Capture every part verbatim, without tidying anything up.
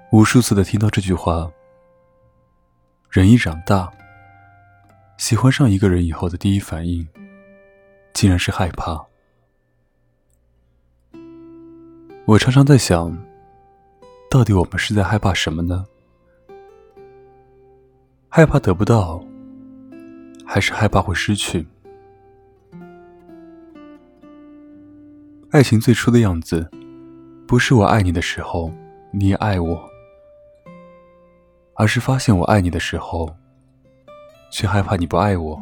无数次的听到这句话，人一长大，喜欢上一个人以后的第一反应，竟然是害怕。我常常在想，到底我们是在害怕什么呢？害怕得不到，还是害怕会失去？爱情最初的样子，不是我爱你的时候，你也爱我，而是发现我爱你的时候，却害怕你不爱我。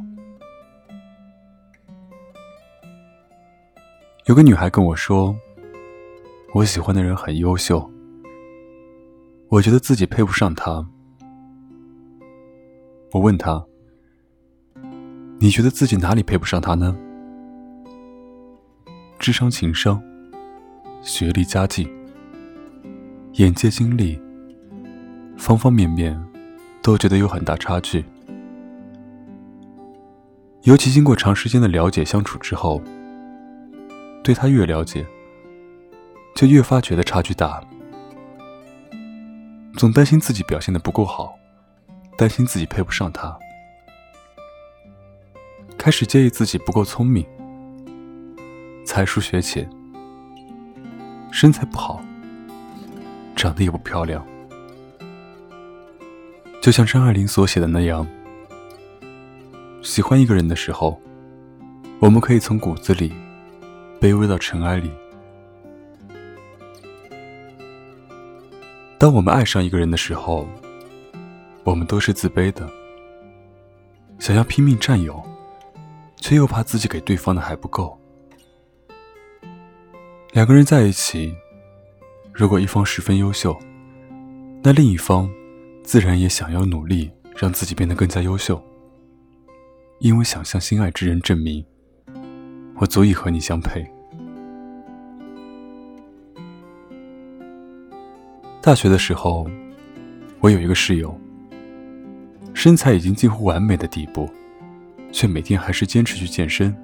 有个女孩跟我说，我喜欢的人很优秀，我觉得自己配不上他。我问她，你觉得自己哪里配不上他呢？智商情商，学历家境，眼界经历，方方面面都觉得有很大差距。尤其经过长时间的了解相处之后，对他越了解，就越发觉得差距大。总担心自己表现得不够好，担心自己配不上他，开始介意自己不够聪明，才疏学浅，身材不好，长得也不漂亮。就像张爱玲所写的那样，喜欢一个人的时候，我们可以从骨子里卑微到尘埃里。当我们爱上一个人的时候，我们都是自卑的，想要拼命占有，却又怕自己给对方的还不够。两个人在一起，如果一方十分优秀，那另一方自然也想要努力让自己变得更加优秀，因为想向心爱之人证明，我足以和你相配。大学的时候，我有一个室友，身材已经近乎完美的地步，却每天还是坚持去健身。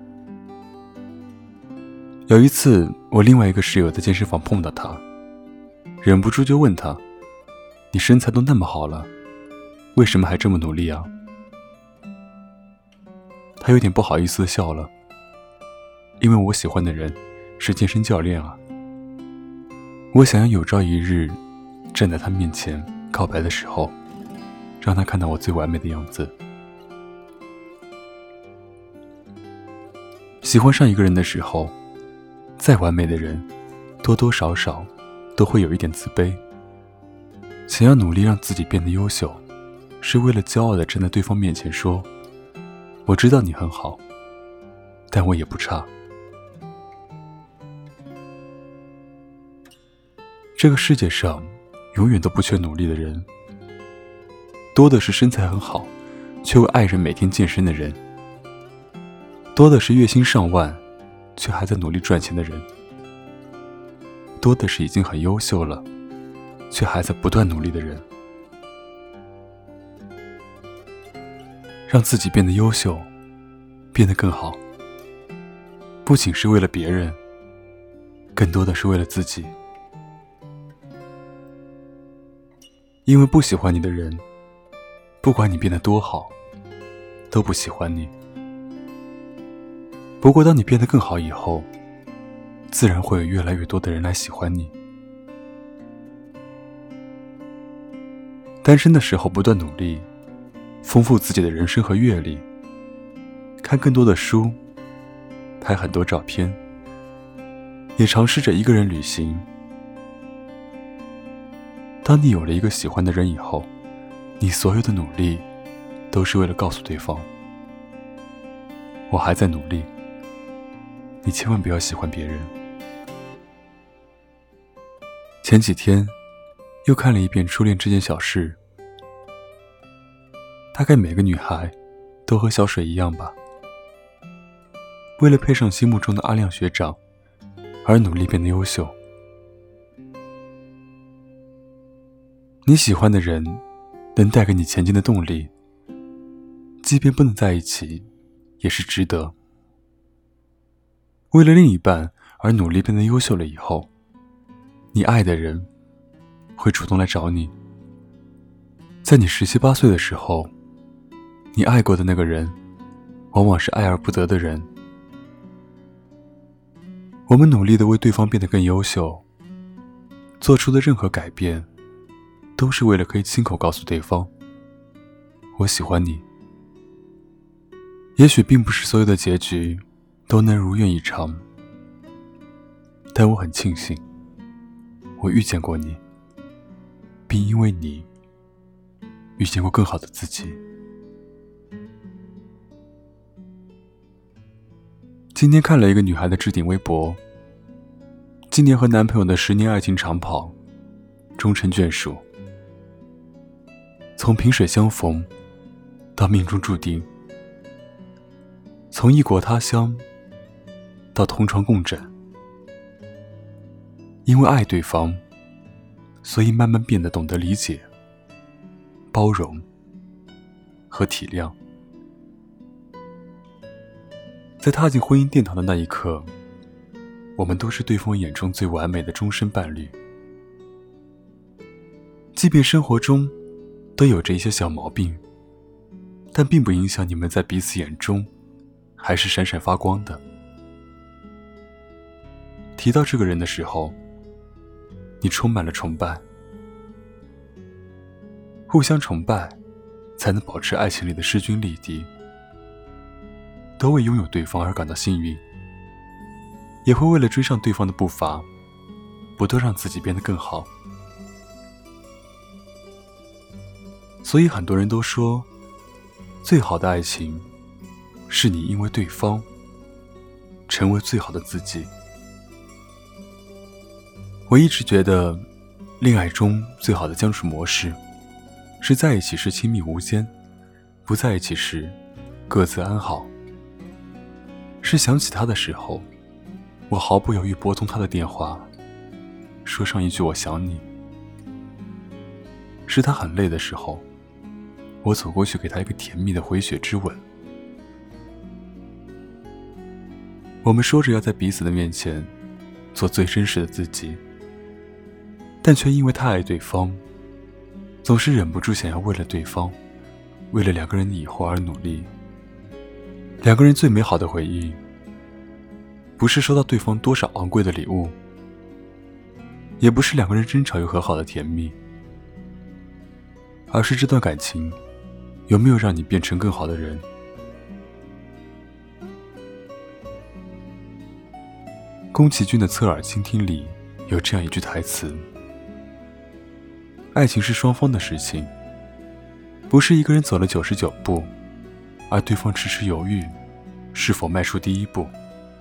有一次，我另外一个室友在健身房碰到他，忍不住就问他，你身材都那么好了，为什么还这么努力啊？他有点不好意思地笑了，因为我喜欢的人是健身教练啊，我想要有朝一日站在他面前告白的时候，让他看到我最完美的样子。喜欢上一个人的时候，再完美的人多多少少都会有一点自卑，想要努力让自己变得优秀，是为了骄傲地站在对方面前说，我知道你很好，但我也不差。这个世界上永远都不缺努力的人，多的是身材很好却为爱人每天健身的人，多的是月薪上万却还在努力赚钱的人，多的是已经很优秀了却还在不断努力的人。让自己变得优秀，变得更好，不仅是为了别人，更多的是为了自己。因为不喜欢你的人，不管你变得多好，都不喜欢你。不过当你变得更好以后，自然会有越来越多的人来喜欢你。单身的时候不断努力，丰富自己的人生和阅历，看更多的书，拍很多照片，也尝试着一个人旅行。当你有了一个喜欢的人以后，你所有的努力都是为了告诉对方，我还在努力，你千万不要喜欢别人。前几天又看了一遍《初恋这件小事》，大概每个女孩都和小水一样吧，为了配上心目中的阿亮学长而努力变得优秀。你喜欢的人能带给你前进的动力，即便不能在一起，也是值得。为了另一半而努力变得优秀了以后，你爱的人会主动来找你。在你十七八岁的时候，你爱过的那个人往往是爱而不得的人。我们努力地为对方变得更优秀，做出的任何改变都是为了可以亲口告诉对方，我喜欢你。也许并不是所有的结局都能如愿以偿，但我很庆幸我遇见过你，并因为你遇见过更好的自己。今天看了一个女孩的置顶微博，今年和男朋友的十年爱情长跑终成眷属，从萍水相逢到命中注定，从异国他乡到同床共枕，因为爱对方，所以慢慢变得懂得理解、包容和体谅。在踏进婚姻殿堂的那一刻，我们都是对方眼中最完美的终身伴侣。即便生活中都有着一些小毛病，但并不影响你们在彼此眼中还是闪闪发光的。提到这个人的时候，你充满了崇拜。互相崇拜，才能保持爱情里的势均力敌，都为拥有对方而感到幸运，也会为了追上对方的步伐，不断让自己变得更好。所以很多人都说，最好的爱情是你因为对方成为最好的自己。我一直觉得恋爱中最好的相处模式是在一起时亲密无间，不在一起时各自安好。是想起他的时候，我毫不犹豫拨通他的电话，说上一句我想你。是他很累的时候，我走过去给他一个甜蜜的回血之吻。我们说着要在彼此的面前做最真实的自己，但却因为太爱对方，总是忍不住想要为了对方，为了两个人的以后而努力。两个人最美好的回忆，不是收到对方多少昂贵的礼物，也不是两个人争吵又和好的甜蜜，而是这段感情有没有让你变成更好的人。宫崎骏的侧耳倾听里有这样一句台词，爱情是双方的事情，不是一个人走了九十九步，而对方迟迟犹豫是否迈出第一步。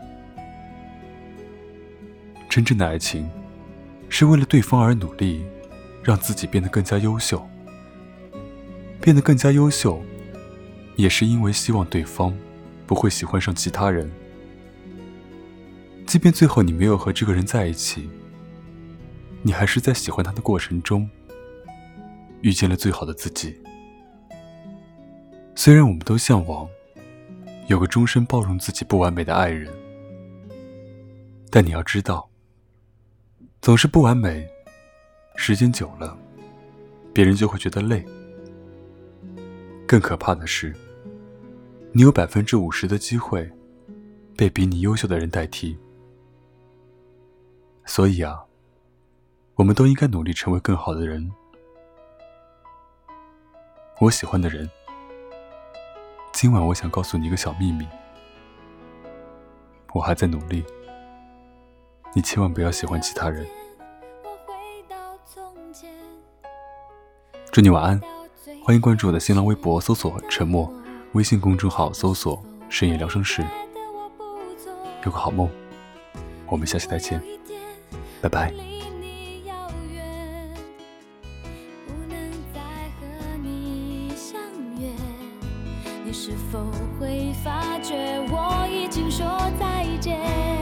真正的爱情是为了对方而努力，让自己变得更加优秀。变得更加优秀，也是因为希望对方不会喜欢上其他人。即便最后你没有和这个人在一起，你还是在喜欢他的过程中遇见了最好的自己。虽然我们都向往有个终身包容自己不完美的爱人，但你要知道，总是不完美，时间久了，别人就会觉得累。更可怕的是，你有百分之五十的机会被比你优秀的人代替。所以啊，我们都应该努力成为更好的人。我喜欢的人，今晚我想告诉你一个小秘密，我还在努力，你千万不要喜欢其他人。祝你晚安，欢迎关注我的新浪微博搜索沉默，微信公众号搜索深夜疗伤室。有个好梦，我们下期再见，拜拜。 你是否会发觉我已经说再见？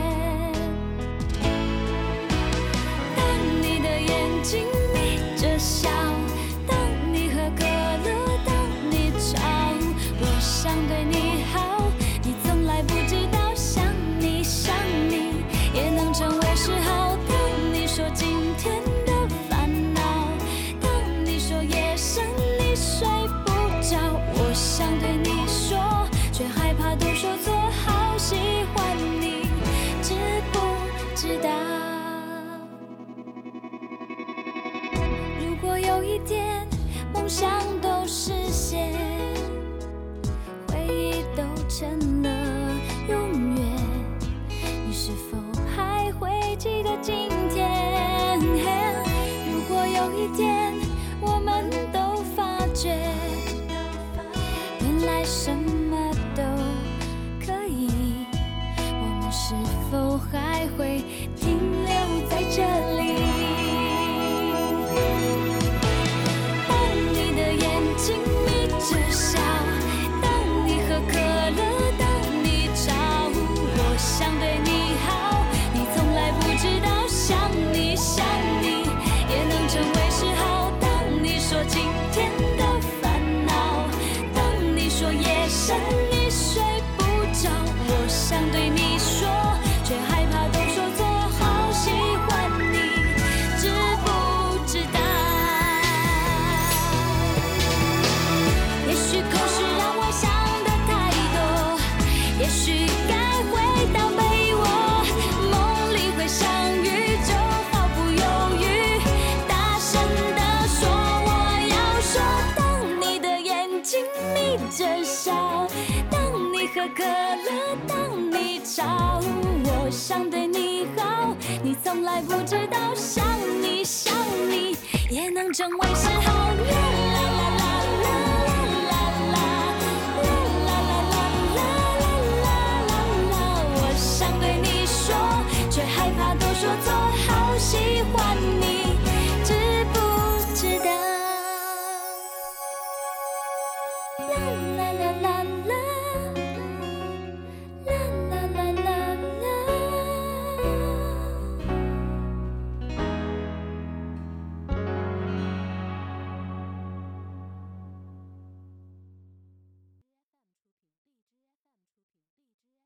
当你的眼睛眯着笑，当你喝可乐，当你吵，我想对你好，你从来不知道，想你想你也能成为嗜好。当你说今天的烦恼， 想对你说，却害怕都说错，好喜欢你，知不知道？也许口是让我想的太多，也许该回到被窝，梦里会相遇，就毫不犹豫，大声地说我要说。当你的眼睛眯着笑，当你喝可乐，当你吵，我想对你好，你从来不知道，想你想你也能成为嗜好。